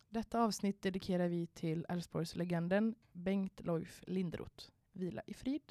Detta avsnitt dedikerar vi till Elfsborgslegenden Bengt Loif Linderoth. Vila i frid.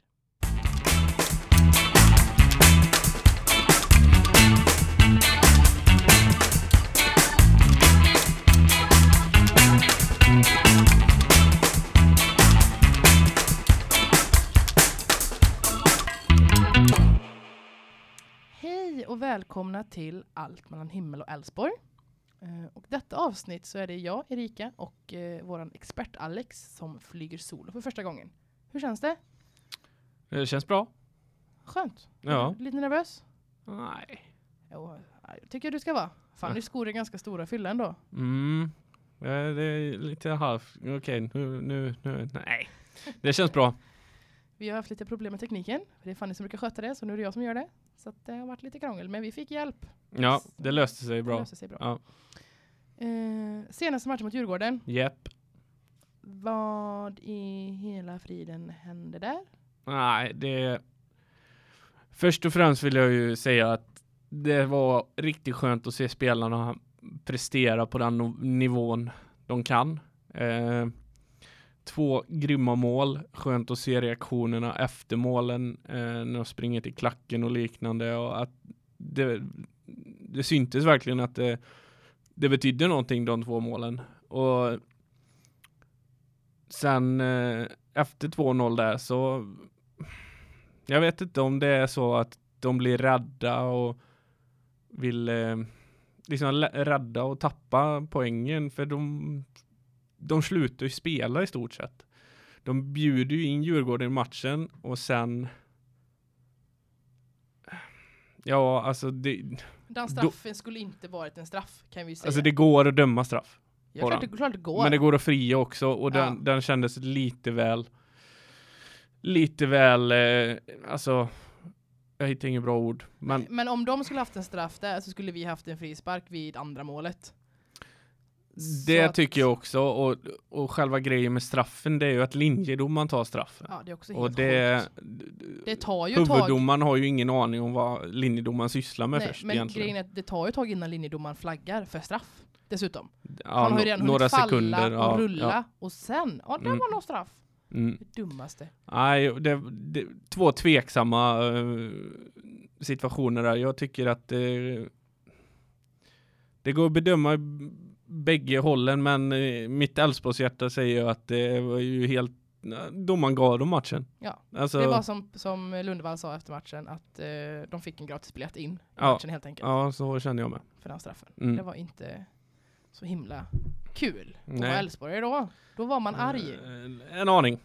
Hej och välkomna till Allt mellan himmel och Elfsborg. Och detta avsnitt så är det jag, Erika, och våran expert Alex som flyger solo för första gången. Hur känns det? Det känns bra. Skönt. Ja. Lite nervös? Nej. Jo, jag tycker du ska vara. Fan, du skor är ganska stora fylla ändå. Det är lite okej, nu. Nej. Det känns bra. Vi har haft lite problem med tekniken. Det är Fanny som brukar sköta det, så nu är det jag som gör det. Så att det har varit lite krångel, men vi fick hjälp. Ja, det löste sig bra. Ja. Senaste matchen mot Djurgården. Japp. Vad i hela friden hände där? Nej, först och främst vill jag ju säga att det var riktigt skönt att se spelarna prestera på den nivån de kan. 2 grymma mål. Skönt att se reaktionerna efter målen när de springer till klacken och liknande. Och att det syntes verkligen att det betydde någonting, de 2 målen. Och sen efter 2-0 där så jag vet inte om det är så att de blir rädda och vill liksom rädda och tappa poängen, för de slutar ju spela i stort sett. De bjuder ju in Djurgården i matchen och sen ja, alltså den straffen skulle inte varit en straff, kan vi säga. Alltså det går att döma straff. Ja, klart det går. Men det går att fria också, och den kändes lite väl alltså jag hittar inget bra ord. Men om de skulle haft en straff där så skulle vi haft en frispark vid andra målet. Det tycker jag också, och själva grejen med straffen, det är ju att linjedomaren tar straffen. Ja, det är också helt det tar ju huvuddomaren har ju ingen aning om vad linjedomaren sysslar med. Nej, först men egentligen. Grejen är att det tar ju tag innan linjedomaren flaggar för straff dessutom. Ja, han har ju redan några hunnit falla sekunder och rulla och sen, det var nog straff. Det dummaste. Nej, det 2 tveksamma situationer där. Jag tycker att det går att bedöma bägge hållen, men mitt Elfsborgshjärta säger att det var ju helt domaren gav dem matchen. Ja, alltså, det var som Lundvall sa efter matchen, att de fick en gratis biljett in i matchen helt enkelt. Ja, så kände jag med. För den straffen. Det var inte så himla kul. Och var Elfsborg då var man arg. En aning.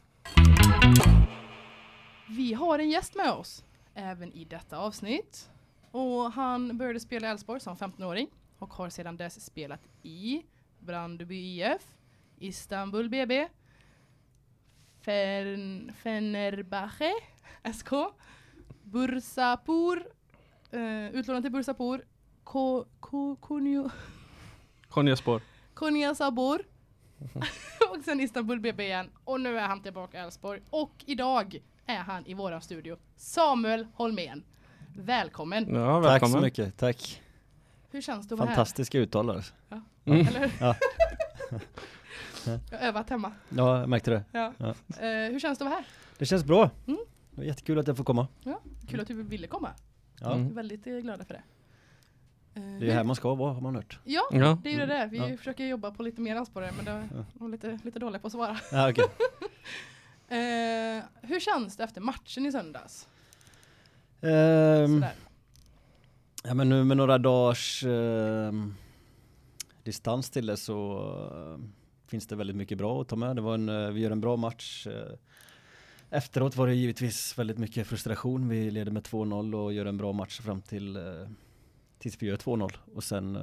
Vi har en gäst med oss även i detta avsnitt. Och han började spela i Elfsborg som 15-åring. Och har sedan dess spelat i Brandby IF, Istanbul BB, Fenerbahce, SK, Bursaspor, utlånad till Bursaspor, Konyaspor och sen Istanbul BB igen. Och nu är han tillbaka i Elfsborg. Och idag är han i våran studio, Samuel Holmén. Välkommen. Ja, välkommen. Tack så mycket, tack. Hur känns det att vara här? Fantastiska uttalare. Ja. Eller? Ja. Jag har övat hemma. Ja, jag märkte det. Ja. Hur känns det att vara här? Det känns bra. Det var jättekul att jag får komma. Ja, kul att du ville komma. Ja. Jag är väldigt glad för det. Det är här man ska vara, har man hört. Ja, det är ju det. Vi försöker jobba på lite mer på det, men det är lite dåliga på att svara. Ja, okay. Hur känns det efter matchen i söndags? Ja, men nu med några dagars distans till det så finns det väldigt mycket bra att ta med. Vi gör en bra match. Efteråt var det givetvis väldigt mycket frustration. Vi leder med 2-0 och gör en bra match fram tills vi gör 2-0. Och sen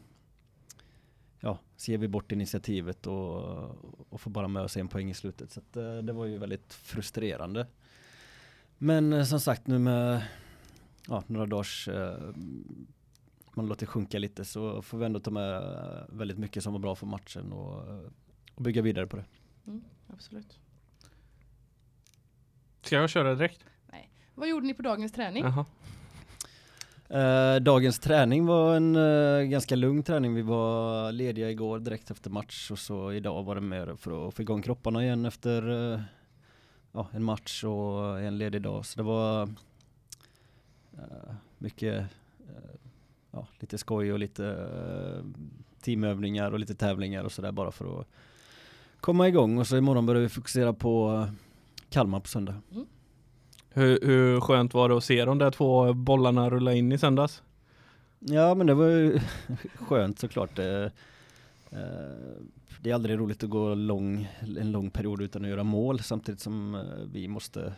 ser vi bort initiativet och får bara med oss en poäng i slutet. Så att, det var ju väldigt frustrerande. Men som sagt, nu med några dagars man låter sjunka lite, så får vi ändå ta med väldigt mycket som var bra för matchen och bygga vidare på det. Absolut. Ska jag köra direkt? Nej. Vad gjorde ni på dagens träning? Dagens träning var en ganska lugn träning. Vi var lediga igår direkt efter match och så idag var det mer för att få igång kropparna igen efter en match och en ledig dag. Så det var mycket lite skoj och lite teamövningar och lite tävlingar och sådär bara för att komma igång. Och så imorgon börjar vi fokusera på Kalmar på söndag. Mm. Hur skönt var det att se de där 2 bollarna rulla in i söndags? Ja, men det var ju skönt såklart. Det är aldrig roligt att gå en lång period utan att göra mål, samtidigt som vi måste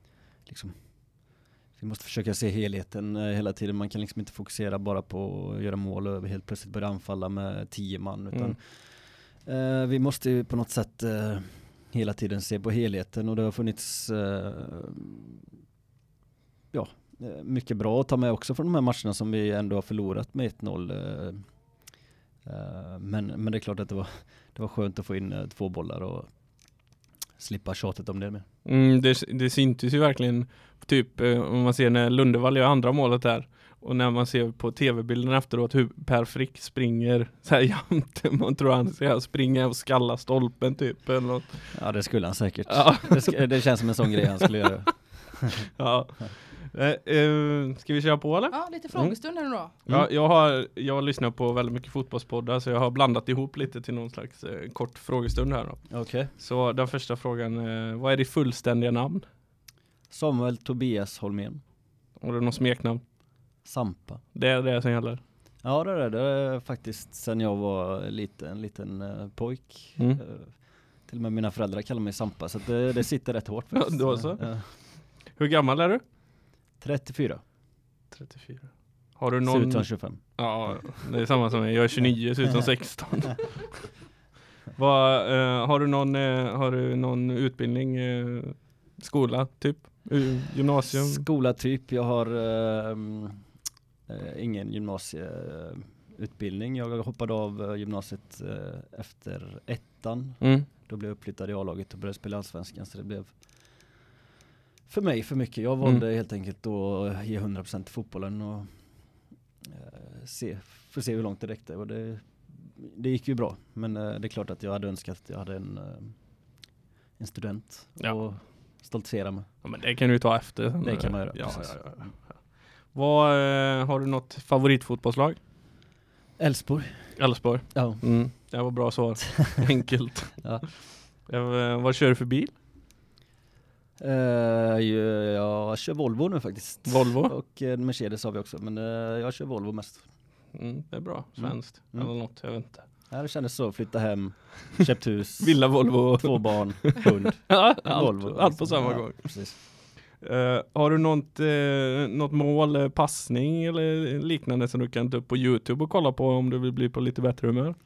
försöka se helheten hela tiden. Man kan liksom inte fokusera bara på att göra mål och helt plötsligt börja anfalla med 10 man, utan vi måste ju på något sätt hela tiden se på helheten, och det har funnits mycket bra att ta med också från de här matcherna som vi ändå har förlorat med 1-0. Men det är klart att det var skönt att få in 2 bollar och slippa tjatet om det med. Det syntes ju verkligen typ om man ser när Lundevall gör andra målet där, och när man ser på tv-bilden efteråt hur Per Frick springer så här jämt, man tror han ska springa och skalla stolpen typ eller något. Ja, det skulle han säkert. Ja. Det känns som en sån grej han skulle göra. Ja. Ska vi köra på eller? Ja, lite frågestund här nu då. Ja, jag har lyssnat på väldigt mycket fotbollspoddar, så jag har blandat ihop lite till någon slags kort frågestund här då. Okej. Så den första frågan, vad är ditt fullständiga namn? Samuel Tobias Holmén. Har du någon smeknamn? Sampa. Det är det som gäller. Ja, det är faktiskt sen jag var en liten pojk. Till och med mina föräldrar kallar mig Sampa, så att det sitter rätt hårt. Ja, då så. Hur gammal är du? 34. 34. Har du någon... Ser ut som 25. Ja, det är samma som mig. Jag är 29, ser ut som 16. Har du någon utbildning, skola typ? Gymnasium? Skola typ. Jag har ingen gymnasieutbildning. Jag hoppade av gymnasiet efter 1:an. Då blev jag uppflyttad i A-laget och började spela allsvenskan, så det blev för mig för mycket. Jag valde helt enkelt att ge 100% till fotbollen och se hur långt det räckte. Och det gick ju bra, men det är klart att jag hade önskat att jag hade en student och stoltsera med. Ja, men det kan du ta efter. Det kan man göra. Ja. Har du något favoritfotbollslag? Elfsborg. Ja. Det var bra svar. Enkelt. Ja. Vad kör du för bil? Jag kör Volvo nu faktiskt. Volvo? Och Mercedes har vi också, men jag kör Volvo mest. Det är bra, svenskt. Eller något, jag vet inte. Ja, det kändes så. Flytta hem, köpt hus. Villa, Volvo. 2 barn, hund. Ja, Volvo. allt på samma gång. Precis. Har du något mål, passning eller liknande som du kan ta upp på YouTube och kolla på om du vill bli på lite bättre humör?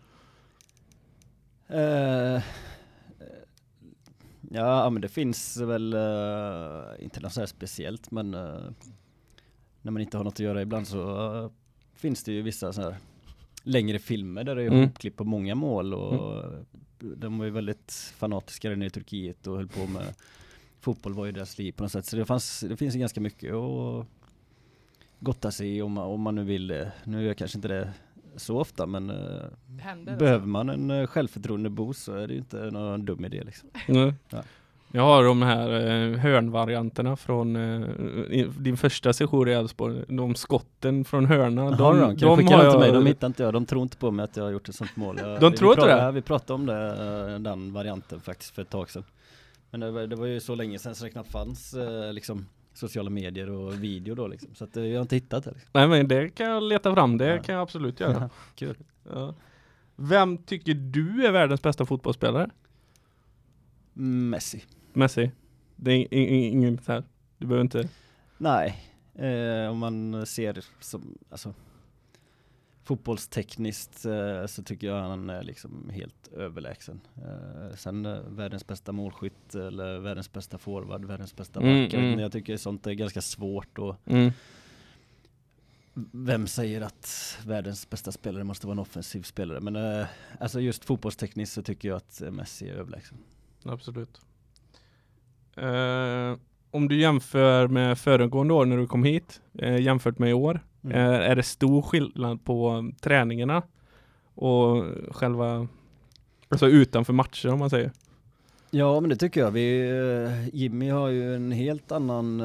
Ja, men det finns väl inte något så här speciellt, men när man inte har något att göra ibland så finns det ju vissa så här längre filmer där det är ihopklipp på många mål, och de var ju väldigt fanatiska nere i Turkiet och höll på med fotboll, var ju deras liv på något sätt. Så det finns ju ganska mycket att gotta sig i om man nu vill det. Nu är jag kanske inte det så ofta, men behöver man en självförtroende boost så är det ju inte någon dum idé liksom. Ja. Jag har de här hörnvarianterna från din första session i Elfsborg. De skotten från hörna. De skickar inte mig, de hittar inte jag. De tror inte på mig att jag har gjort ett sånt mål. De tror inte det? Vi pratade om den varianten faktiskt för ett tag sedan. Men det var ju så länge sedan så det knappt fanns liksom sociala medier och video då liksom. Så att jag har inte hittat det liksom. Nej, men det kan jag leta fram. Det kan jag absolut göra. Kul. Ja. Vem tycker du är världens bästa fotbollsspelare? Messi. Det är ingen så här. Du behöver inte... Nej. Om man ser som, alltså, fotbollstekniskt så tycker jag han är liksom helt överlägsen. Sen världens bästa målskytt eller världens bästa forward, världens bästa back. Jag tycker sånt är ganska svårt. Och vem säger att världens bästa spelare måste vara en offensiv spelare? Men alltså just fotbollstekniskt så tycker jag att Messi är överlägsen. Absolut. Om du jämför med föregående år när du kom hit, jämfört med i år, Är det stor skillnad på träningarna och själva, alltså utanför matcher om man säger? Ja, men det tycker jag. Jimmy har ju en helt annan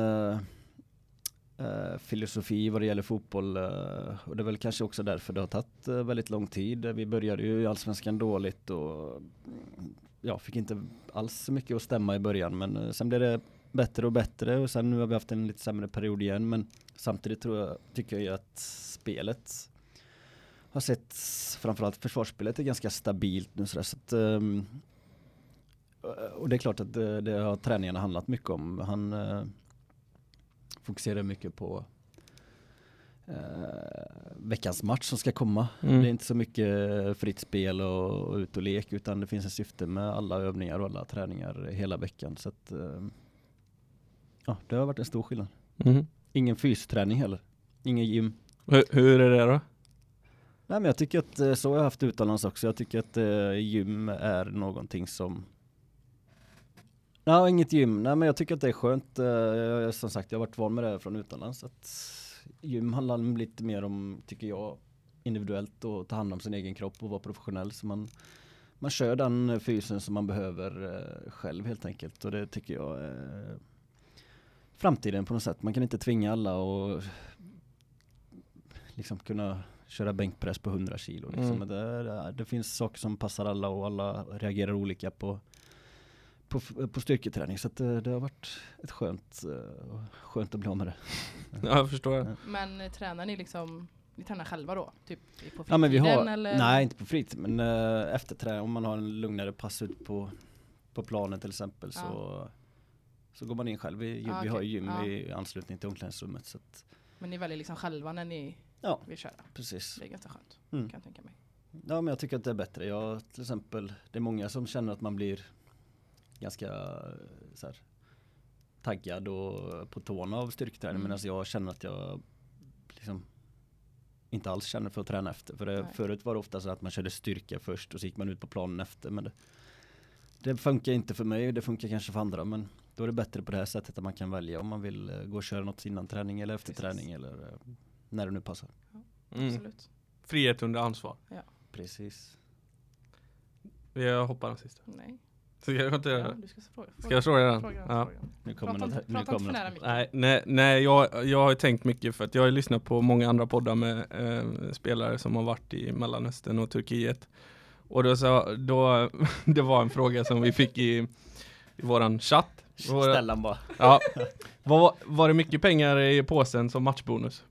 filosofi vad det gäller fotboll, och det är väl kanske också därför det har tagit väldigt lång tid. Vi började ju i Allsvenskan dåligt och fick inte alls så mycket att stämma i början, men sen blev det bättre och bättre och sen nu har vi haft en lite sämre period igen, men samtidigt tycker jag att spelet har sett, framförallt försvarsspelet är ganska stabilt nu så att, och det är klart att det har träningarna handlat mycket om. Han fokuserar mycket på veckans match som ska komma. Det är inte så mycket fritt spel och ut och lek, utan det finns ett syfte med alla övningar och alla träningar hela veckan. Så att, det har varit en stor skillnad. Ingen fysträning heller. Ingen gym. Hur är det då? Nej, men jag tycker att så har jag haft utomlands också. Jag tycker att gym är någonting som... Nej, inget gym. Nej, men jag tycker att det är skönt. Som sagt, jag har varit van med det från utomlands. Att gym handlar lite mer om, tycker jag, individuellt och ta hand om sin egen kropp och vara professionell. Så man kör den fysen som man behöver själv helt enkelt. Och det tycker jag är framtiden på något sätt. Man kan inte tvinga alla och liksom kunna köra bänkpress på 100 kilo. Liksom. Men det finns saker som passar alla och alla reagerar olika på styrketräning. Så att det har varit ett skönt att bli av med det. Ja, jag förstår. Ja. Men tränar ni liksom, ni tränar själva då? Typ på fritiden? Ja, men vi har, eller? nej, inte på fritiden. Men efter träning, om man har en lugnare pass ut på planen till exempel, så går man in själv. Vi har gym i anslutning till omklädningsrummet. Så att, men ni väljer liksom själva när ni vill köra? Precis. Det är ganska skönt, kan jag tänka mig. Ja, men jag tycker att det är bättre. Till exempel, det är många som känner att man blir ganska så här, taggad och på tårna av styrketräning, medan jag känner att jag liksom inte alls känner för att träna efter. För förut var det ofta så att man körde styrka först och så gick man ut på planen efter, men det funkar inte för mig, det funkar kanske för andra, men då är det bättre på det här sättet att man kan välja om man vill gå och köra något innan träning eller efter träning eller när det nu passar. Ja, absolut. Frihet under ansvar. Ja. Precis. Jag hoppar den sista. Nej. Så jag inte du ska fråga. Ska jag fråga den? Fråga. Nu kommer prata inte för nära micken. Nej, jag har ju tänkt mycket för att jag har lyssnat på många andra poddar med spelare som har varit i Mellanöstern och Turkiet. Och det var en fråga som vi fick i våran chatt. Ställan bara. Ja. Var det mycket pengar i påsen som matchbonus?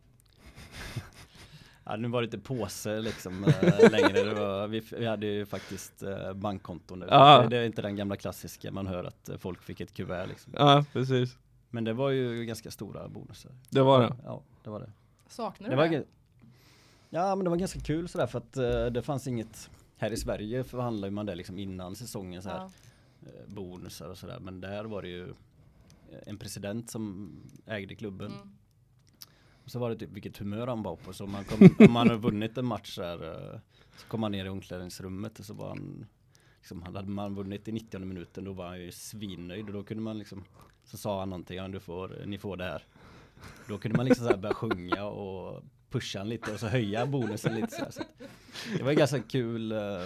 Ja, nu var det inte påse liksom längre. Vi hade ju faktiskt bankkonton. Det är inte den gamla klassiska man hör att folk fick ett kuvert liksom. Ja, precis. Men det var ju ganska stora bonusar. Det var det? Ja, det var det. Saknar du det? Ja, men det var ganska kul sådär, för att det fanns inget... Här i Sverige förhandlar man det liksom innan säsongen så här, bonusar och sådär. Men där var det ju en president som ägde klubben. Och så var det typ vilket humör han var på. Så om man har vunnit en match där, så kom man ner i omklädningsrummet och så var han liksom, hade man vunnit i 90:e minuten, då var han ju svinnöjd. Och då kunde man liksom, så sa han någonting, ni får det här. Då kunde man liksom så här börja sjunga och pusha han lite och så höja bonusen lite så här. Så det var ganska kul.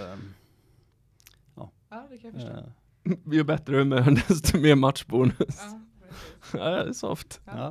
Ja, det kan jag förstå. Ju bättre humör desto mer matchbonus. Ja, det är soft. Ja.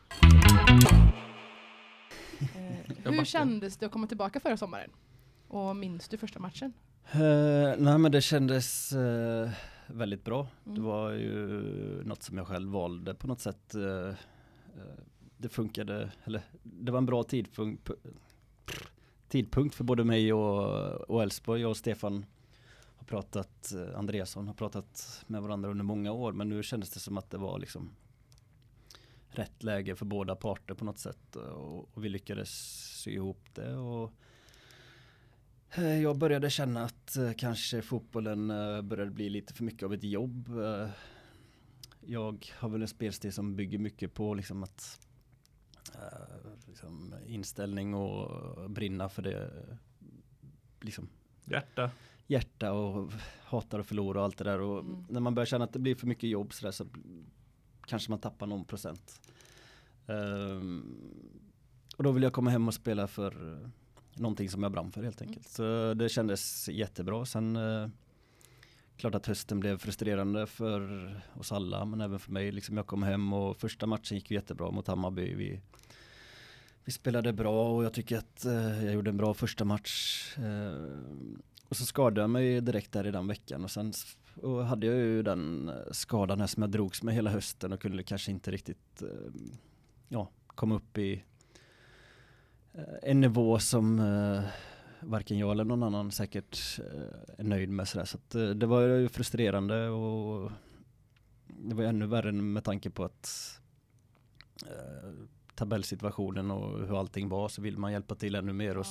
Hur kändes det att komma tillbaka förra sommaren? Och minns du första matchen? Nej, men det kändes väldigt bra. Det var ju något som jag själv valde på något sätt. Det funkade, eller det var en bra tidpunkt för både mig och Elfsborg. Jag och Stefan har pratat, Andreasson har pratat med varandra under många år, men nu kändes det som att det var liksom rätt läge för båda parter på något sätt, och vi lyckades sy ihop det, och jag började känna att kanske fotbollen började bli lite för mycket av ett jobb. Jag har väl en spelstil som bygger mycket på liksom att liksom inställning och brinna för det, liksom hjärta och hatar att förlora och allt det där, och när man börjar känna att det blir för mycket jobb så kanske man tappar någon procent. Och då ville jag komma hem och spela för någonting som jag brann för helt enkelt. Så det kändes jättebra. Sen klart att hösten blev frustrerande för oss alla, men även för mig. Liksom jag kom hem och första matchen gick jättebra mot Hammarby. Vi spelade bra och jag tycker att jag gjorde en bra första match. Och så skadade jag mig direkt där i den veckan. Och sen hade jag ju den skadan här som jag drogs med hela hösten och kunde kanske inte riktigt komma upp i en nivå som varken jag eller någon annan säkert är nöjd med. Så att, det var ju frustrerande och det var ännu värre med tanke på att tabellsituationen och hur allting var, så vill man hjälpa till ännu mer och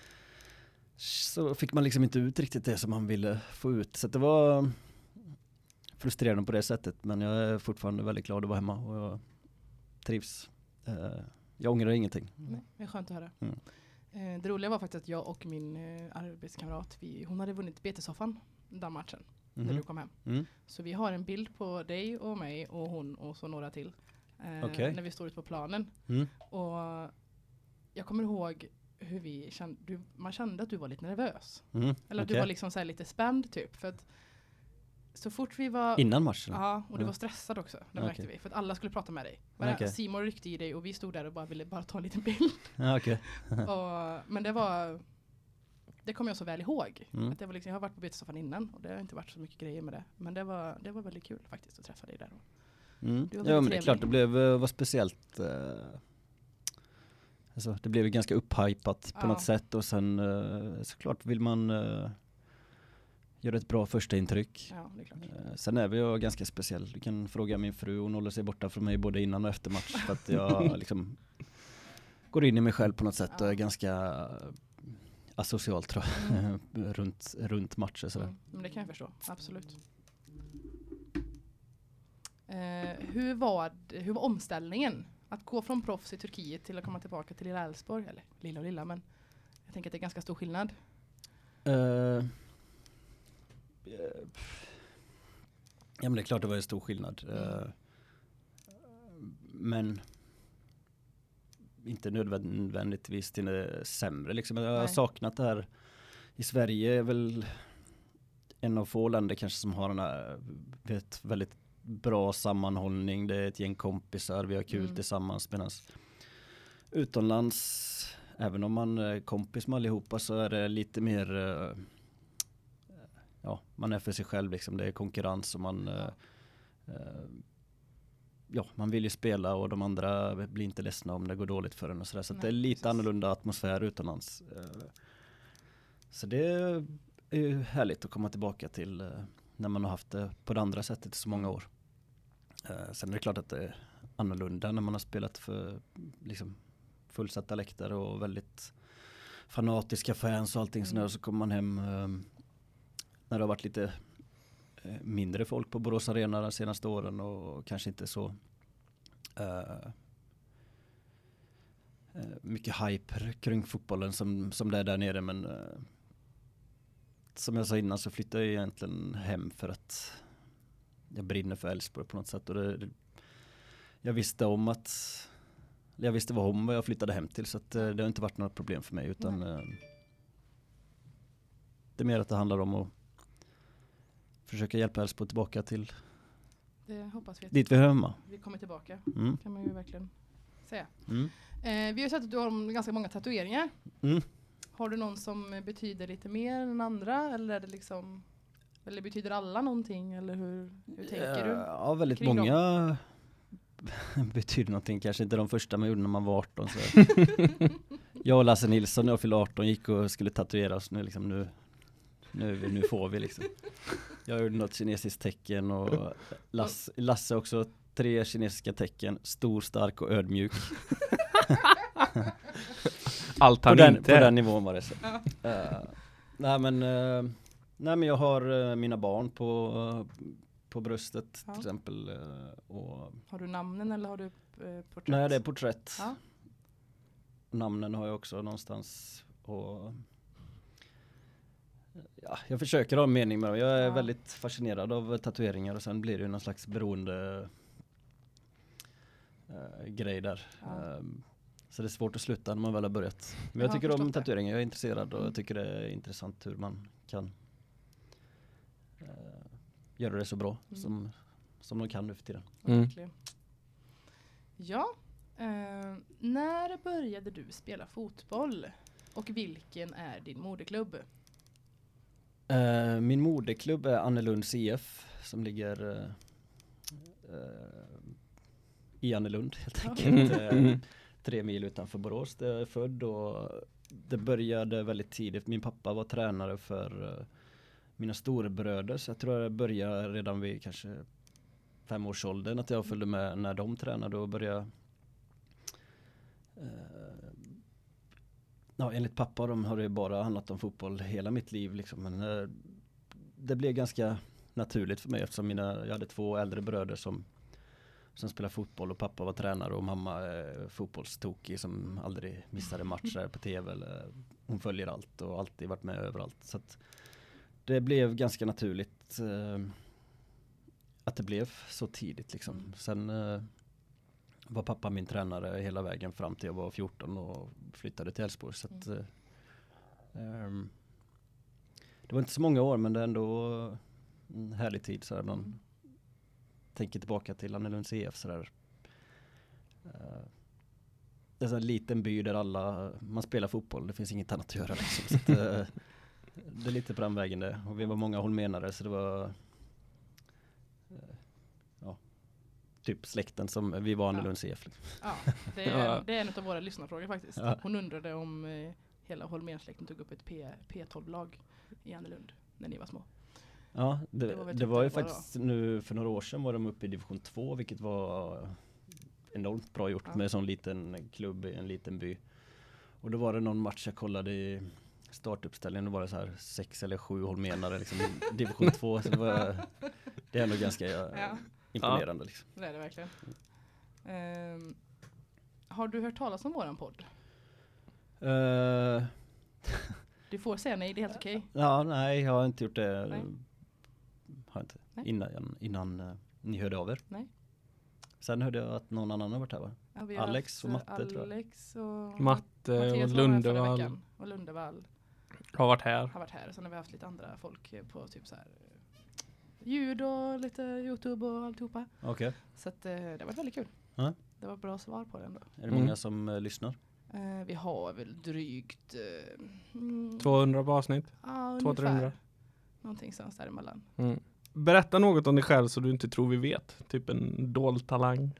så fick man liksom inte ut riktigt det som man ville få ut. Så att det var frustrerande på det sättet, men jag är fortfarande väldigt glad att vara hemma och jag trivs. Jag ångrar ingenting. Nej, det är skönt att höra. Mm. Det roliga var faktiskt att jag och min arbetskamrat, hon hade vunnit BT-soffan den matchen när du kom hem. Mm. Så vi har en bild på dig och mig och hon och så några till när vi står ute på planen. Mm. Och jag kommer ihåg hur vi kände, man kände att du var lite nervös. Mm. Eller att du var liksom så här lite spänd typ. För att så fort vi var... Innan matchen? Ja, och du var stressad också. Det märkte vi. För att alla skulle prata med dig. Simon ryckte i dig och vi stod där och bara ville ta en liten bild. Men det kommer jag så väl ihåg. Att det var liksom, jag har varit på BT-soffan innan och det har inte varit så mycket grejer med det. Men det var väldigt kul faktiskt att träffa dig där. Ja, men det är klart, det var speciellt. Alltså, det blev ganska upphypat på något sätt och sen såklart vill man göra ett bra första intryck. Ja, det är klart. Sen är jag ganska speciell. Du kan fråga min fru, hon håller sig borta från mig både innan och efter match för att jag liksom går in i mig själv på något sätt och är ganska asocial tror jag runt matcher sådär. Men det kan jag förstå, absolut. Hur var omställningen? Att gå från proffs i Turkiet till att komma tillbaka till Lilla Älvsborg? Eller lilla, men jag tänker att det är ganska stor skillnad. Ja, men det är klart det var en stor skillnad. Men inte nödvändigtvis till det sämre. Liksom. Jag har saknat det här. I Sverige är väl en av få länder kanske som har den här väldigt bra sammanhållning. Det är ett gäng kompisar, vi har kul tillsammans. Medan utomlands, även om man är kompis med allihopa, så är det lite mer man är för sig själv liksom. Det är konkurrens och man vill ju spela och de andra blir inte ledsna om det går dåligt för en och sådär. Så det är lite annorlunda atmosfär utomlands. Så det är ju härligt att komma tillbaka till när man har haft det på det andra sättet i så många år. Sen är det klart att det är annorlunda när man har spelat för liksom fullsatta läktare och väldigt fanatiska fans och allting sådär. Så kommer man hem när det har varit lite mindre folk på Borås Arena de senaste åren och kanske inte så mycket hype kring fotbollen som det är där nere, men som jag sa innan så flyttade jag egentligen hem för att jag brinner för Älvsborg på något sätt och jag visste om vad jag flyttade hem till, så att det har inte varit något problem för mig, utan det är mer att det handlar om att försöka hjälpa Älvsborg tillbaka till det hoppas vi dit vi hör hemma. Vi kommer tillbaka, kan man ju verkligen säga. Vi har sett att du har ganska många tatueringar. Har du någon som betyder lite mer än andra, eller är det liksom, eller betyder alla någonting, eller hur tänker du? Ja, väldigt många betyder någonting, kanske inte de första man gjorde när man var 18 så. Jag och Lasse Nilsson när jag fyllde 18 gick och skulle tatuera oss nu får vi liksom. Jag gjorde något kinesiskt tecken och Lasse också 3 kinesiska tecken, stor, stark och ödmjuk. Allt han på den nivån var det så. Nej men jag har mina barn på bröstet till exempel. Och har du namnen eller har du porträtt? Nej, det är porträtt. Ja. Namnen har jag också någonstans. Och jag försöker ha en mening med dem. Jag är väldigt fascinerad av tatueringar och sen blir det ju någon slags beroende grej där. Så det är svårt att sluta när man väl har börjat. Men jag tycker om tatueringar, jag är intresserad och jag tycker det är intressant hur man kan göra det så bra som de kan nu för tiden. Verkligen. Ja, när började du spela fotboll och vilken är din moderklubb? Min moderklubb är Annelunds IF som ligger i Annelund helt enkelt. 3 mil utanför Borås där jag är född och det började väldigt tidigt. Min pappa var tränare för mina storebröder så jag tror jag började redan vid kanske 5-årsåldern att jag följde med när de tränade och började enligt pappa de har det bara handlat om fotboll hela mitt liv liksom. Men det blev ganska naturligt för mig eftersom jag hade 2 äldre bröder som spelade fotboll och pappa var tränare och mamma är fotbollstokig som aldrig missade matcher på tv eller hon följer allt och alltid varit med överallt så att det blev ganska naturligt att det blev så tidigt liksom. Sen var pappa min tränare hela vägen fram till jag var 14 och flyttade till Älvsborg så att det var inte så många år men det är ändå en härlig tid så här man tänker tillbaka till Annelunds IF så där. Det är en liten by där man spelar fotboll, det finns inget annat att göra liksom. Så att, det är lite på den vägen det. Och vi var många holmenare så det var typ släkten som vi var Annelunds IF. Liksom. Ja, det är en av våra lyssnarfrågor faktiskt. Ja. Hon undrade om hela Holmén-släkten tog upp ett P12-lag i Annelund när ni var små. Ja, det var ju faktiskt nu för några år sedan var de uppe i division 2 vilket var enormt bra gjort med en sån liten klubb i en liten by. Och då var det någon match jag kollade i startuppställningen och var det så här 6 eller 7 holmenare liksom, i division 2 så det är ändå ganska imponerande. Liksom. Det är det verkligen. Har du hört talas om våran podd? Du får säga nej, det är helt okej. Ja, nej, jag har inte gjort det. Nej. Har inte. Innan ni hörde av er. Nej. Sen hörde jag att någon annan har varit här va? Ja, Alex och Matte tror jag. Alex och Matte och Lundevall. Och Lundevall har varit här. Sen har vi haft lite andra folk på typ så här ljud och lite YouTube och alltihopa. Okej. Så att, det har varit väldigt kul. Ja. Det var bra svar på det ändå. Är det många som lyssnar? Vi har väl drygt 200 på avsnitt. Ja, 200-300. Någonting sånt däremellan. Berätta något om dig själv så du inte tror vi vet. Typ en dold talang.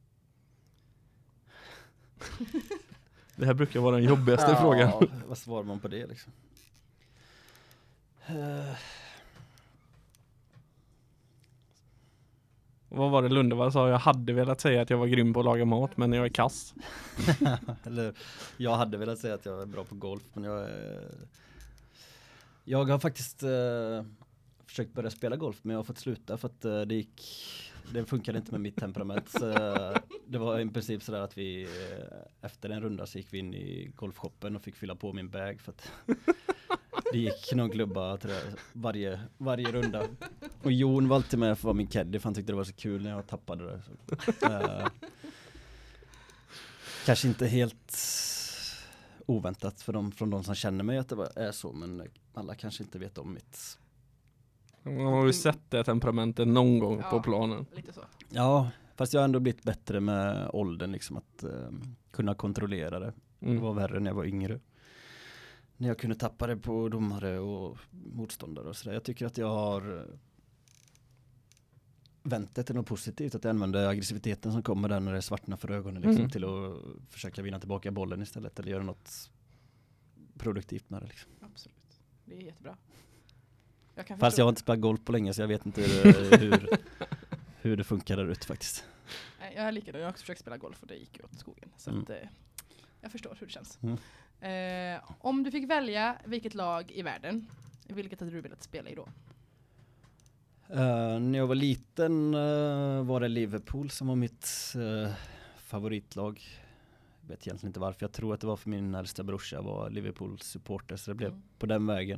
Det här brukar vara den jobbigaste frågan. Vad svarar man på det liksom? Vad var det Lundevall sa? Jag hade velat säga att jag var grym på att laga mat, men jag är kass. Eller, jag hade velat säga att jag är bra på golf, men jag har faktiskt försökt börja spela golf, men jag har fått sluta för att det funkade inte med mitt temperament. Så, det var i princip sådär att vi efter en runda så gick vi in i golfshoppen och fick fylla på min bag för att det gick någon klubba varje runda. Och Jon var alltid med för att vara min caddy för han tyckte det var så kul när jag tappade det. Kanske inte helt oväntat från de som känner mig att det är så, men alla kanske inte vet om mitt. Man har ju sett det temperamentet någon gång på planen. Lite så. Ja, fast jag har ändå blivit bättre med åldern liksom att kunna kontrollera det. Det var värre när jag var yngre. När jag kunde tappa det på domare och motståndare och sådär. Jag tycker att jag har vänt det till något positivt. Att jag använder aggressiviteten som kommer där när det svartnar för ögonen liksom, till att försöka vinna tillbaka bollen istället. Eller göra något produktivt med det. Liksom. Absolut. Det är jättebra. Fast jag har inte spelat golf på länge så jag vet inte hur det funkar där ute faktiskt. Jag är likadan. Jag har också försökt spela golf och det gick ju åt skogen. Så att, jag förstår hur det känns. Om du fick välja vilket lag i världen, vilket hade du velat spela i då? När jag var liten var det Liverpool som var mitt favoritlag. Jag vet egentligen inte varför. Jag tror att det var för min äldsta brorsa var Liverpools supporter så det blev på den vägen.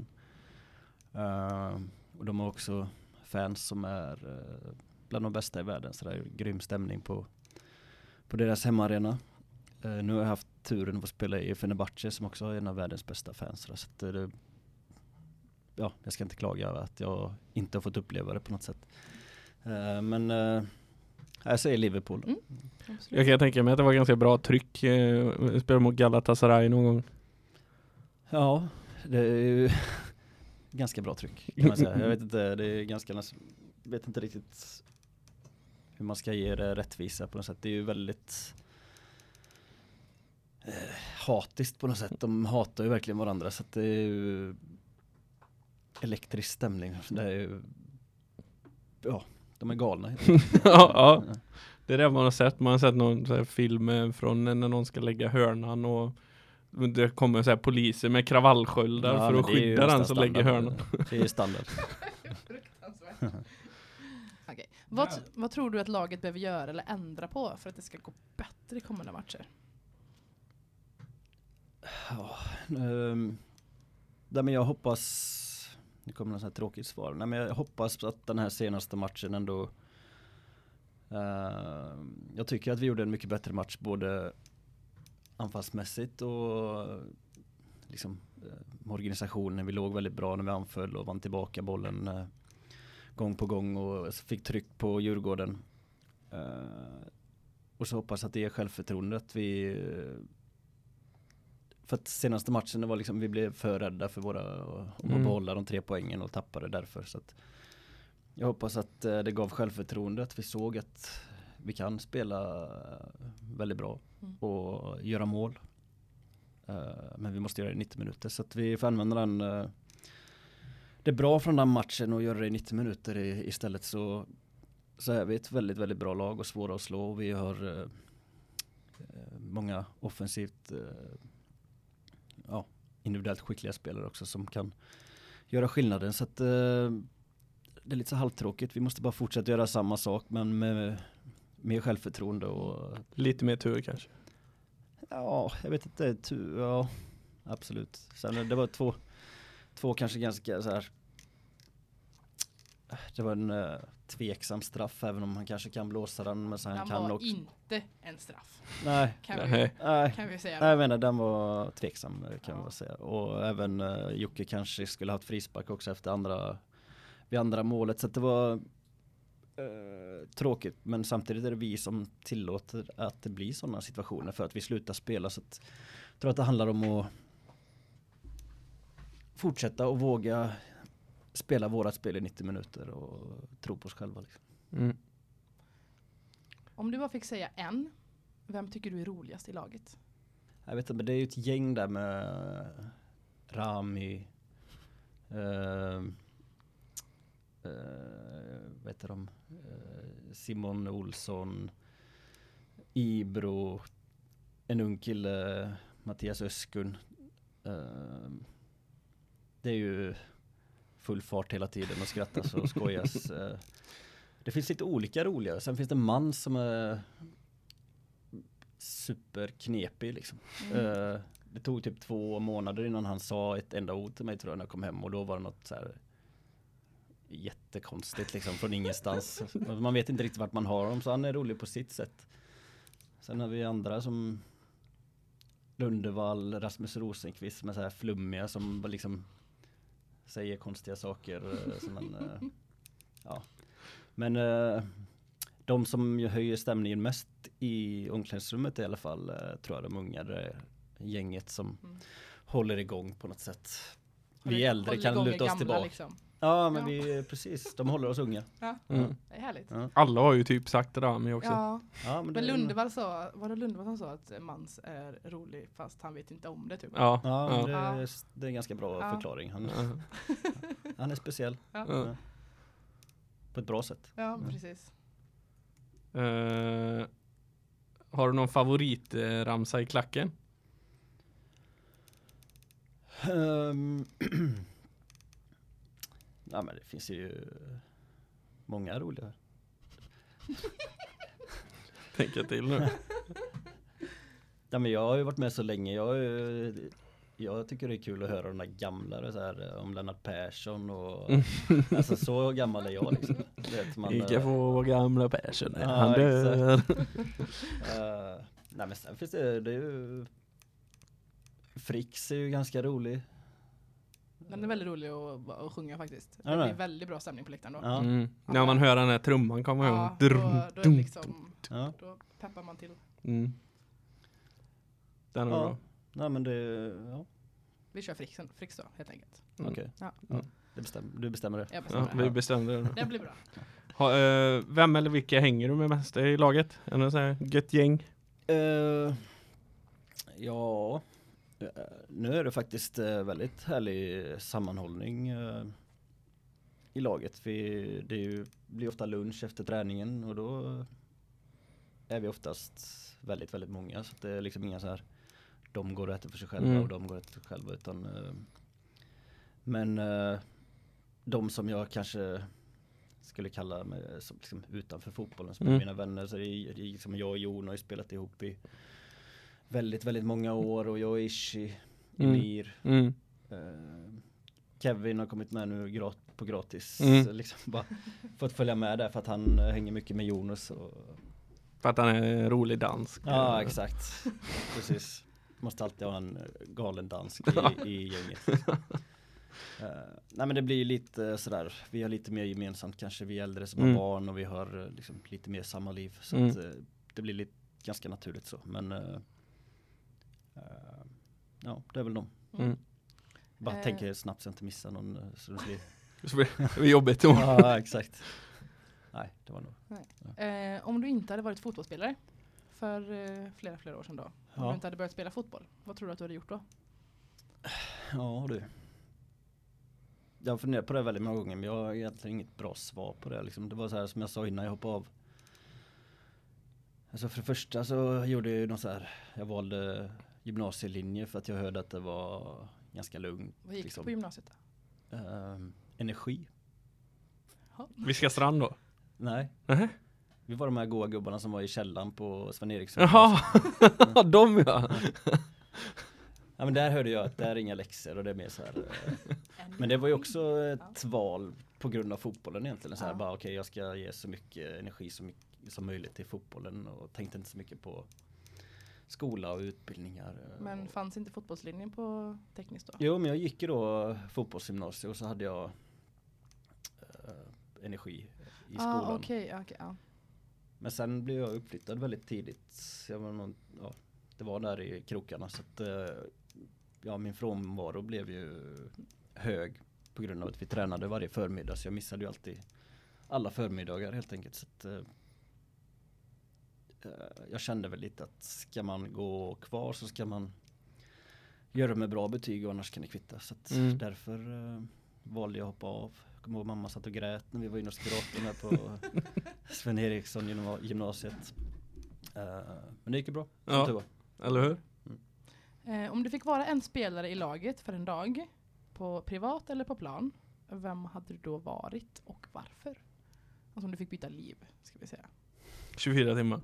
Och de har också fans som är bland de bästa i världen. Så det är grym stämning på deras hemmaarena. Nu har jag haft turen att få spela i Fenerbahce som också är en av världens bästa fans. Så att jag ska inte klaga över att jag inte har fått uppleva det på något sätt. Men jag säger Liverpool. Jag kan tänka mig att det var ganska bra tryck. Spela mot Galatasaray någon gång. Ja, det är ju ganska bra tryck kan man säga. Jag vet inte, det är vet inte riktigt hur man ska ge det rättvisa på något sätt. Det är ju väldigt hatiskt på något sätt. De hatar ju verkligen varandra så att det är ju elektrisk stämning. Det är ju de är galna. Ja. Det är det man har sett. Man har sett någon så här film från när någon ska lägga hörnan och det kommer så här poliser med kravallsköldar för att skydda den som lägger hörnan. Det är ju standard. Fruktansvärt. Okej. Vad tror du att laget behöver göra eller ändra på för att det ska gå bättre i kommande matcher? Men jag hoppas, det kommer något sånt här tråkigt svar. Nej, men jag hoppas att den här senaste matchen ändå jag tycker att vi gjorde en mycket bättre match både anfallsmässigt och liksom organisationen. Vi låg väldigt bra när vi anföll och vann tillbaka bollen gång på gång och fick tryck på Djurgården. Och så hoppas att det är självförtroendet för att senaste matchen det var liksom vi blev för rädda för att behålla de 3 poängen och tappade därför så att jag hoppas att det gav självförtroende att vi såg att vi kan spela väldigt bra och göra mål. Men vi måste göra det i 90 minuter så att vi får använda den det är bra från den matchen och göra det i 90 minuter istället så är vi ett väldigt, väldigt bra lag och svåra att slå. Vi har många offensivt individuellt skickliga spelare också som kan göra skillnaden så att det är lite så halvtråkigt. Vi måste bara fortsätta göra samma sak men med mer självförtroende och lite mer tur kanske. Ja, jag vet inte. Ja, absolut. Sen det var två kanske ganska så här. Det var en tveksam straff även om han kanske kan blåsa den men så han kan var också inte en straff. Nej. Kan vi säga. Nej, jag menar den var tveksam kan man säga. Och även Jocke kanske skulle haft frispark också efter vid andra målet så att det var tråkigt men samtidigt är det vi som tillåter att det blir sådana situationer för att vi slutar spela så att jag tror att det handlar om att fortsätta och våga spela vårat spel i 90 minuter och tro på oss själva liksom. Om du bara fick säga en, vem tycker du är roligast i laget? Jag vet inte, men det är ju ett gäng där med Rami vet du de Simon Olsson, Ibro, en ung kille Mattias Öskun. Det är ju full fart hela tiden och skrattas och skojas. Det finns lite olika roliga. Sen finns det en man som är superknepig liksom. Det tog typ 2 månader innan han sa ett enda ord till mig tror jag när jag kom hem och då var det något så här jättekonstigt liksom från ingenstans. Man vet inte riktigt vart man har dem så han är rolig på sitt sätt. Sen har vi andra som Lundevall, Rasmus Rosenqvist med så här flummiga som liksom säger konstiga saker som man, Men de som höjer stämningen mest i omklädningsrummet i alla fall tror jag de unga gänget som håller igång på något sätt. Vi äldre kan luta oss tillbaka. Liksom. Ja, men vi precis. De håller oss unga. Ja, det är härligt. Ja. Alla har ju typ sagt det där med också. Ja, men Lundevall sa, var det Lundevall som sa att Mans är rolig fast han vet inte om det typ? Ja. Det är en ganska bra förklaring. Han är speciell. Ja. På ett bra sätt. Ja, precis. Har du någon favoritramsa i klacken? Ja, men det finns ju många roliga. Tänka till nu. Ja, men jag har ju varit med så länge. Jag tycker det är kul att höra de där gamla så här, om Lennart Persson och alltså så gammal är jag liksom. Vilka få gamla Persson är han dör. Nej, men sen finns det är ju Fricks är ju ganska rolig. Den är väldigt rolig att sjunga faktiskt. Ja, Det blir nej. väldigt bra stämning på läktaren då. Ja. När man hör den här trumman kommer Ja, jag då är det liksom, Ja. då peppar man till. Den är Ja. bra. Nej men det, ja. Vi kör Fricks då, helt enkelt. Okej. Ja. Du bestämmer det. Jag Ja, bestämmer vi det. bestämde det. Det blir bra. Vem eller vilka hänger du med mest i laget? Är det så här gött gäng? Ja, nu är det faktiskt väldigt härlig sammanhållning i laget. Blir ofta lunch efter träningen och då är vi oftast väldigt, väldigt många. Så att det är liksom inga så här, de går och äter för sig själva och de går och äter för sig själva. Utan, men de som jag kanske skulle kalla mig som liksom utanför fotbollen, som är mina vänner, så det är liksom jag och Jon har ju spelat ihop i väldigt, väldigt många år, och jag och Ishi, Emir, Kevin har kommit med nu på gratis, liksom bara fått följa med där för att han hänger mycket med Jonas. För att han är en rolig dansk. Ja, exakt. Precis. Måste alltid ha en galen dansk i gänget. Nej men det blir lite sådär, vi har lite mer gemensamt kanske, vi äldre som har barn och vi har liksom lite mer samma liv, så att det blir lite ganska naturligt så, men ja, det är väl de. Bara tänker snabbt så jag inte missar någon, så det blir jobbigt då. Ja, exakt. Nej, det var nog. Om du inte hade varit fotbollsspelare för flera år sedan då, om du inte hade börjat spela fotboll, vad tror du att du hade gjort då? Ja, du. Jag har funderat på det väldigt många gånger, men jag har egentligen inget bra svar på det. Liksom. Det var så här som jag sa innan jag hoppade av. Alltså för det första så gjorde jag någon så här, jag valde gymnasielinje för att jag hörde att det var ganska lugnt. Vad gick liksom. du på gymnasiet då? Energi. Vi ska strand då? Nej. Uh-huh. Vi var de här goa gubbarna som var i källan på Sven Eriksson. Jaha, de ja. Ja, men där hörde jag att det är inga läxor och det är mer så här. Men det var ju också ett val på grund av fotbollen egentligen. Så här, bara okej, jag ska ge så mycket energi som möjligt till fotbollen och tänkte inte så mycket på skola och utbildningar. Men fanns inte fotbollslinjen på tekniskt då? Jo, men jag gick ju då fotbollsgymnasium och så hade jag energi i skolan. Okej. Men sen blev jag uppflyttad väldigt tidigt. Jag var det var där i krokarna, så att min frånvaro blev ju hög på grund av att vi tränade varje förmiddag, så jag missade ju alltid alla förmiddagar helt enkelt. Så att jag kände väl lite att ska man gå kvar så ska man göra med bra betyg, och annars kan det kvitta. Så att därför valde jag att hoppa av. Jag kommer ihåg mamma satt och grät när vi var inne hos kuratorn här på Sven Eriksson gymnasiet. Men det gick ju bra. Ja, eller hur? Om du fick vara en spelare i laget för en dag, på privat eller på plan, vem hade du då varit och varför? Alltså om du fick byta liv, ska vi säga. 24 timmar.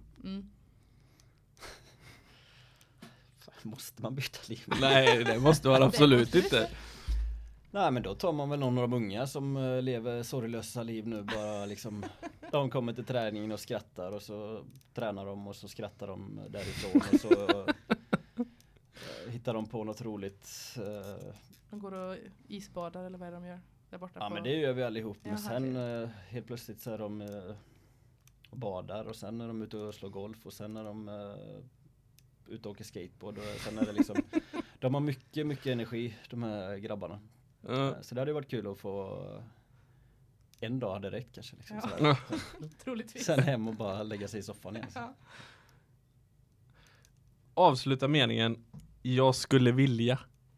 Måste man byta liv? Nej, det måste man absolut inte. Nej, men då tar man väl någon av de unga som lever sorglösa liv nu. Bara liksom, de kommer till träningen och skrattar, och så tränar de och så skrattar de därifrån, och så hittar de på något roligt. De går och isbadar eller vad är det de gör där borta? Ja, men det gör vi allihop. Men Jaha, sen helt plötsligt så är de och badar, och sen är de ute och slår golf, och sen är de ute och åker skateboard, och sen är det liksom de har mycket, mycket energi, de här grabbarna. Så det hade varit kul att få en dag direkt kanske. Liksom, troligtvis. Sen hem och bara lägga sig i soffan igen. Ja. Avsluta meningen. Jag skulle vilja.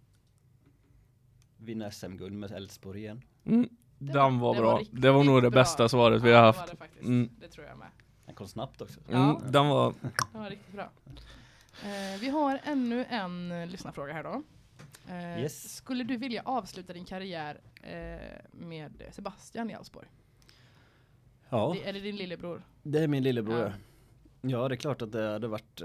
Vinna SM-guld med Elfsborg igen. Den var bra. riktigt Det var nog det bra. bästa svaret vi har haft. Det var det faktiskt. Det tror jag med. Den kom snabbt också. Den var... Det var riktigt bra. Vi har ännu en lyssnarfråga här då. Yes. Skulle du vilja avsluta din karriär med Sebastian i Elfsborg? Ja, Eller din lillebror? det är min lillebror. Ja. Ja, det är klart att det hade varit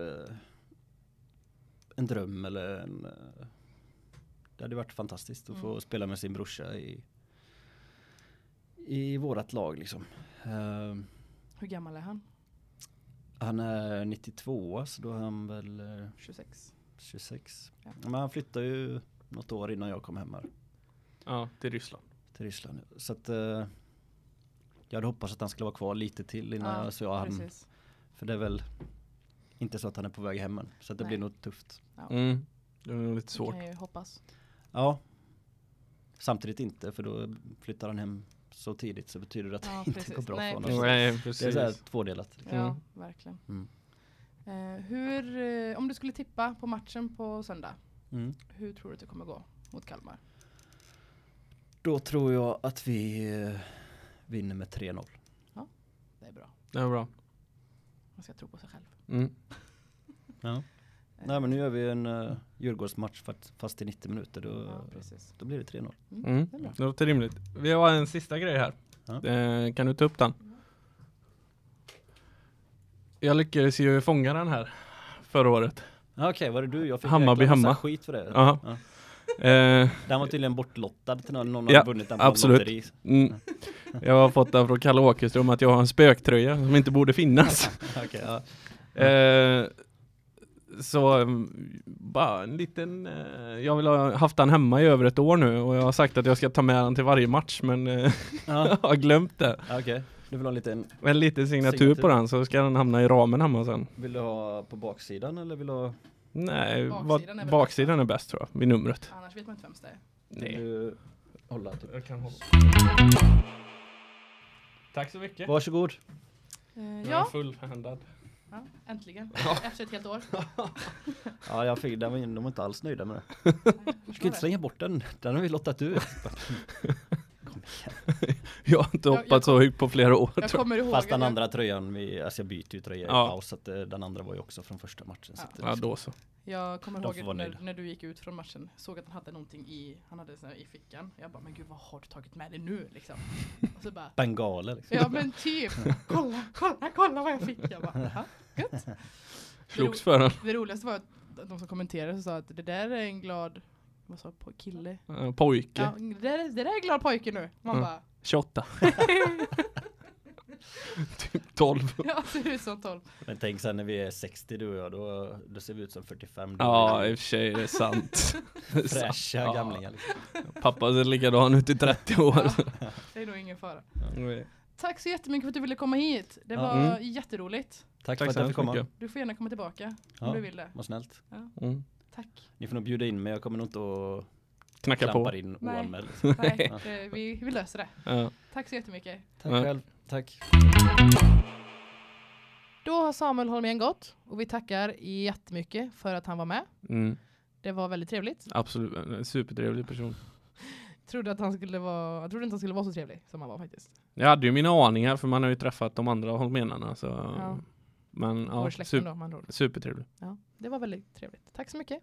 en dröm, eller det hade varit fantastiskt att få spela med sin brorsa i vårat lag liksom. Hur gammal är han? Han är 92, så då är han väl 26. 26. Ja. Men han flyttade ju något år innan jag kom hem här. Ja, till Ryssland. Till Ryssland. Så att jag hade hoppats att han skulle vara kvar lite till innan jag såg han. Precis. För det är väl inte så att han är på väg hem än. Så att det Nej. blir nog tufft. Ja. Det är nog lite svårt. Det kan ju hoppas. Ja. Samtidigt inte, för då flyttar han hem så tidigt, så betyder det att Ja, det inte precis. går bra Nej, för honom. precis. Nej, Det är precis. så här tvådelat. Ja, verkligen. Mm. Om du skulle tippa på matchen på söndag, Mm. hur tror du att det kommer gå mot Kalmar? Då tror jag att vi vinner med 3-0. Det är bra. Det är bra. Man ska tro på sig själv. Mm. Ja. Nej, men nu gör vi en Djurgårdsmatch fast i 90 minuter. Ja, precis. Då blir det 3-0. Mm. Det är bra. Det låter rimligt. Vi har en sista grej här. Ja. Kan du ta upp den? Jag lyckades ju fånga den här förra året. Okej, var det du? Jag fick Hammarby jäkla massa hemma. skit för det. Ja. Ja. Den Den var tydligen bortlottad till någon Ja, har vunnit den på absolut. lotteri. Jag har fått den från Kalle Åkerström att jag har en spöktröja som inte borde finnas. Okej, ja. Så bara en liten jag vill ha haft den hemma i över ett år nu och jag har sagt att jag ska ta med den till varje match, men jag har glömt det. Okej. Du vill ha en liten, En liten signatur Signatur. på den, så ska den hamna i ramen hemma sen. vill du ha på baksidan eller vill du ha, Nej, Baksidan är väl baksidan är bäst tror jag, vid numret. Annars vet man inte vem det är. vill Nej, du hålla typ? jag kan hålla. Tack så mycket. Varsågod. Jag är Ja, fullhandad. äntligen. Efter ett helt år. Ja, jag fick den, de var inte alls nöjda med det. Nej, jag Du förstår ska inte det. slänga bort den. Den har vi lottat ut. Kom igen. Jag har inte hoppat så högt på flera år. Jag kommer ihåg Fast den att andra tröjan, jag byter ju tröja i Ja. paus, så att den andra var ju också från första matchen. Så Ja. att, Ja, då så. jag kommer De ihåg får vara när, nöjda. när du gick ut från matchen, såg att han hade någonting i fickan. Jag bara, men gud, vad har du tagit med dig nu liksom? Och så bara, bengaler liksom. ja men typ, kolla vad jag fick. Jag bara, jaha, gött. Slogs för den. Det roligaste var att de som kommenterade så sa att det där är en glad, vad sa kille? Pojke. Ja, det där är en glad pojke nu. Man Ja. bara, 28. Typ 12. ja, ser ut som 12. Men tänk sen när vi är 60 du och jag, då ser vi ut som 45. Då Ja, är i och för sig det är sant. Det är sant. fräscha Ja. gamlingar liksom. Pappa ser likadan ut i 30 år. Ja, det är nog ingen fara. Tack så jättemycket för att du ville komma hit. Det Ja. var jätteroligt. Tack Tack för att så jag fick hemskt komma. mycket. Du får gärna komma tillbaka Ja. om du vill det. Vad snällt. Mm. Tack. Ni får nog bjuda in mig, jag kommer nog inte att Knacka klampa på. in Nej. oanmäld. Nej, vi löser det. Ja. Tack så jättemycket. Tack Ja. själv. Tack. Då har Samuel Holmén gått och vi tackar jättemycket för att han var med. Mm. Det var väldigt trevligt. Absolut, en supertrevlig person. Jag trodde inte han skulle vara så trevlig som han var faktiskt. Jag hade ju mina aningar, för man har ju träffat de andra Holménarna. Så. Ja. Men ja, Vår släkten då, man tror. supertrevlig. Ja, det var väldigt trevligt. Tack så mycket.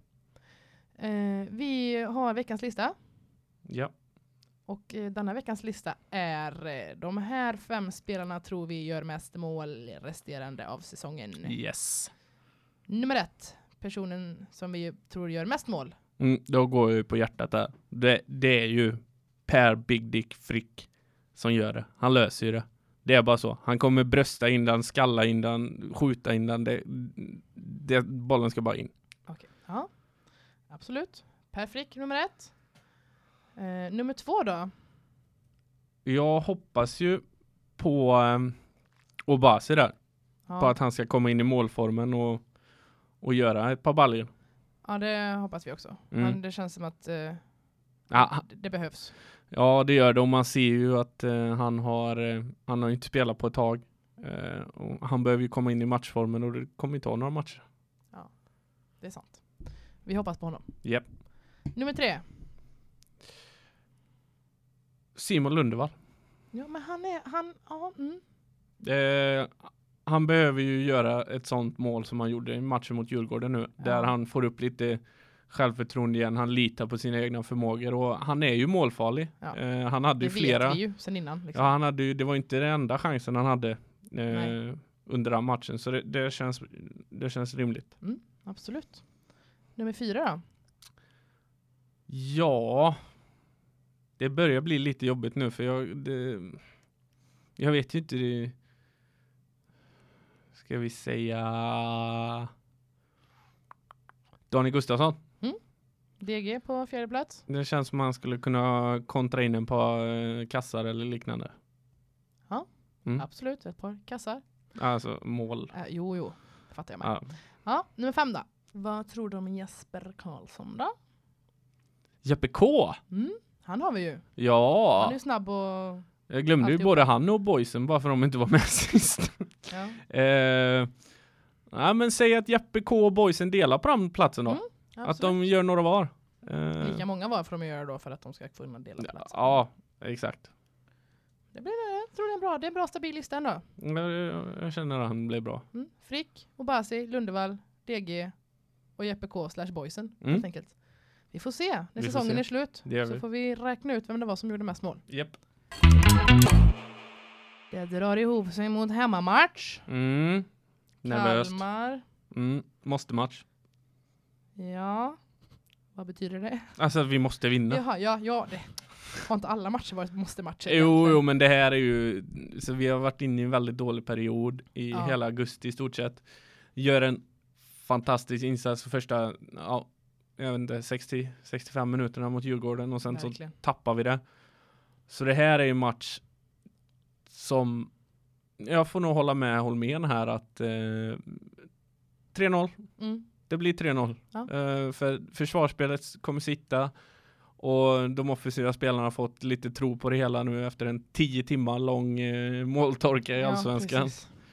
Vi har veckans lista. Ja. Och denna veckans lista är de här 5 spelarna tror vi gör mest mål resterande av säsongen. Yes. Nummer 1. Personen som vi tror gör mest mål. Då går jag ju på hjärtat där. Det är ju Per Big Dick Frick som gör det. Han löser ju det. Det är bara så. Han kommer brösta in den, skalla in den, skjuta in den. Bollen ska bara in. Okej. Ja, absolut. Per Frick, nummer 1. Nummer 2 då? Jag hoppas ju på Obasi där. Ja. På att han ska komma in i målformen och göra ett par baljor. Ja, det hoppas vi också. Mm. Men det känns som att Ja, det behövs. ja, det gör det. Och man ser ju att han har inte spelat på ett tag. Och han behöver ju komma in i matchformen och det kommer inte ta några matcher. Det är sant. Vi hoppas på honom. Japp. Nummer 3. Simon Lundevall. Ja, men Han behöver ju göra ett sånt mål som han gjorde i matchen mot Djurgården nu. Ja. Där han får upp lite självförtroende igen. Han litar på sina egna förmågor och han är ju målfarlig. Ja. Han hade Det ju flera. vet vi ju sen innan. Liksom. Ja, han hade ju, det var inte den enda chansen han hade Nej. under den matchen. Så det känns rimligt. Absolut. Nummer 4 då? Ja, det börjar bli lite jobbigt nu för jag vet ju inte. Ska vi säga Daniel Gustafsson. DG på 4:e plats. Det känns som man skulle kunna kontra in en par kassar eller liknande. Ja, absolut. Ett par kassar. Alltså mål. Jo, det fattar jag med. Ja. Ja, nummer 5 då. Vad tror du om Jesper Karlsson då? Jeppe K. Han har vi ju. Ja. Han är snabb och... Jag glömde ju både han och Boysen bara för att de inte var med sist. Ja. Ja, men säg att Jeppe K och Boysen delar på den platsen då. Att de gör några var. Lika många var för de gör då för att de ska få en dela platsen. Ja, exakt. Jag tror det är bra. Det är en bra stabil lista ändå. Jag känner att han blir bra. Frick, Obasi, Lundevall, DG och Jeppe K / Boysen helt enkelt. Vi får se när säsongen är slut. Så får vi räkna ut vem det var som gjorde mest mål. Japp. Det drar ihop sig mot hemmamatch. Nervöst. Kalmar. Måste match. Ja. Vad betyder det? Alltså att vi måste vinna. Ja, det har inte alla matcher varit måste-matcher. Jo, men det här är ju... Så vi har varit inne i en väldigt dålig period i hela augusti i stort sett. Gör en fantastisk insats för första, jag vet inte, 60-65 minuterna mot Djurgården och sen verkligen. Så tappar vi det. Så det här är en match som jag får nog hålla med Holmén här att 3-0. Det blir 3-0. Ja. För försvarsspelet kommer sitta och de offensiva spelarna har fått lite tro på det hela nu efter en 10 timmar lång måltorka i Allsvenskan.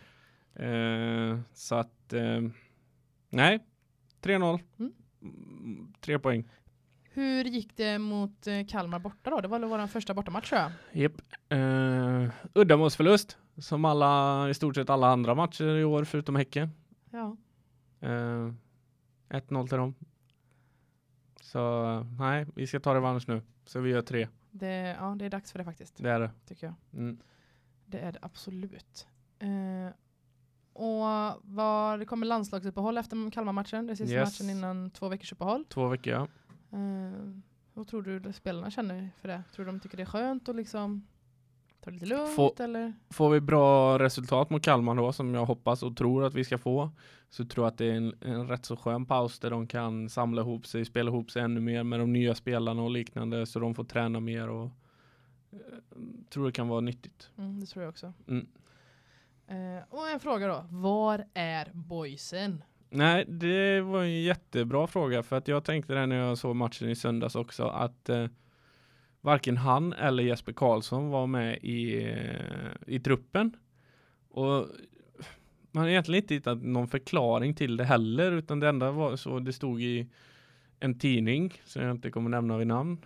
Så att nej, 3-0. 3 poäng. Hur gick det mot Kalmar borta då? Det var vår första bortamatch, tror jag. Japp. Uddamålsförlust som i stort sett alla andra matcher i år förutom Häcken. Ja. 1-0 till dem. Så nej, vi ska ta revansch nu. Så vi gör 3. Det är dags för det faktiskt. Det är det. Tycker jag. Det är det absolut. Och det kommer landslagsuppehåll efter Kalmar-matchen. Det är sista matchen innan 2 veckors uppehåll. 2 veckor, ja. Vad tror du spelarna känner för det? Tror de tycker det är skönt och liksom ta det lite lugnt? Eller? Får vi bra resultat mot Kalmar då, som jag hoppas och tror att vi ska få, så tror jag att det är en rätt så skön paus där de kan samla ihop sig, spela ihop sig ännu mer med de nya spelarna och liknande, så de får träna mer och tror det kan vara nyttigt. Det tror jag också. Och en fråga då. Var är Boysen? Nej, det var en jättebra fråga, för att jag tänkte det när jag såg matchen i söndags också, att varken han eller Jesper Karlsson var med i truppen. Och man har egentligen inte hittat någon förklaring till det heller, utan det enda var så det stod i en tidning som jag inte kommer nämna vid namn.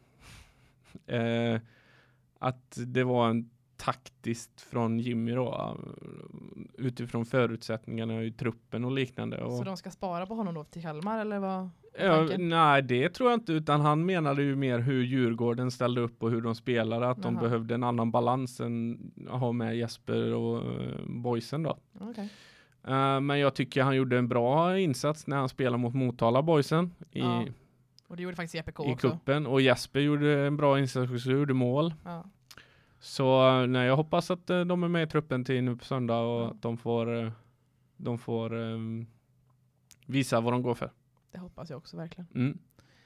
Att det var en taktiskt från Jimmy då, utifrån förutsättningarna i truppen och liknande. Så de ska spara på honom då till Kalmar, eller vad? Nej, det tror jag inte, utan han menade ju mer hur Djurgården ställde upp och hur de spelade, att de behövde en annan balans än att ha med Jesper och Boysen då. Okay. Men jag tycker han gjorde en bra insats när han spelade mot Motala Boysen och det gjorde faktiskt Jeppe K i också. kuppen, och Jesper gjorde en bra insats och gjorde mål. Ja. Så nej, jag hoppas att de är med i truppen till nu på söndag och att de får visa vad de går för. Det hoppas jag också verkligen.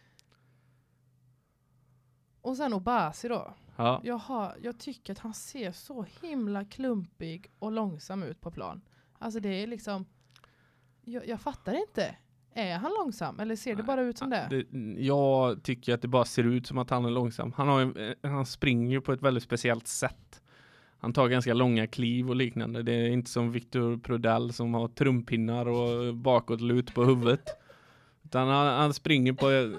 Och sen Obasi då. Ja. Jag tycker att han ser så himla klumpig och långsam ut på plan. Alltså det är liksom... Jag fattar inte. Är han långsam? Eller ser det bara ut som det? Jag tycker att det bara ser ut som att han är långsam. Han springer på ett väldigt speciellt sätt. Han tar ganska långa kliv och liknande. Det är inte som Victor Prodell som har trumpinnar och bakåtlut på huvudet. Utan han springer på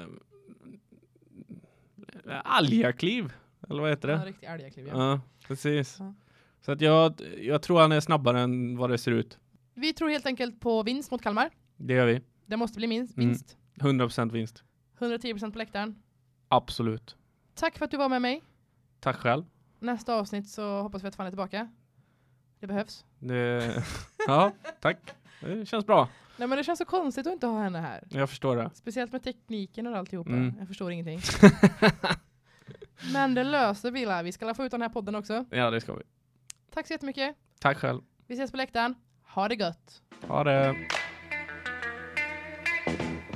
algakliv. Eller vad heter det? Ja, riktigt algakliv, ja. Precis. Ja. Så att jag tror han är snabbare än vad det ser ut. Vi tror helt enkelt på vinst mot Kalmar. Det gör vi. Det måste bli vinst. 100% vinst. 110% på läktaren. Absolut. Tack för att du var med mig. Tack själv. Nästa avsnitt så hoppas vi att Fanny är tillbaka. Det behövs. Ja, tack. Det känns bra. Nej, men det känns så konstigt att inte ha henne här. Jag förstår det. Speciellt med tekniken och alltihopa. Jag förstår ingenting. Men det löser vi. Vi ska få ut den här podden också. Ja, det ska vi. Tack så jättemycket. Tack själv. Vi ses på läktaren. Ha det gött. Ha det.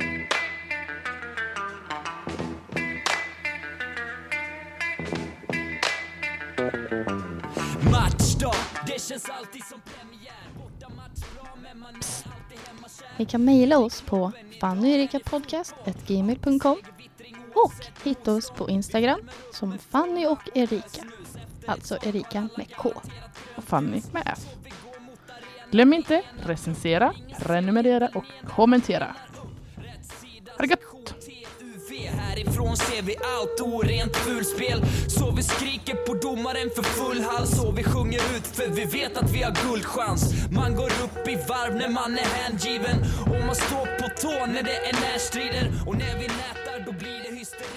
Matchdag, det känns alltid som premiär. Borta match bra men man är alltid hemma kär. Ni kan mejla oss på fannyerikapodcast@gmail.com och hitta oss på Instagram som Fanny och Erika. Alltså Erika med K. Och Fanny med F. Glöm inte recensera, prenumerera och kommentera. Ha det gött! Härifrån ser vi allt orent fulspel. Så vi skriker på domaren för full hals. Och vi sjunger ut för vi vet att vi har guldchans. Man går upp i varv när man är hängiven. Och man står på tå när det är närstrider. Och när vi nätar då blir det hysteri.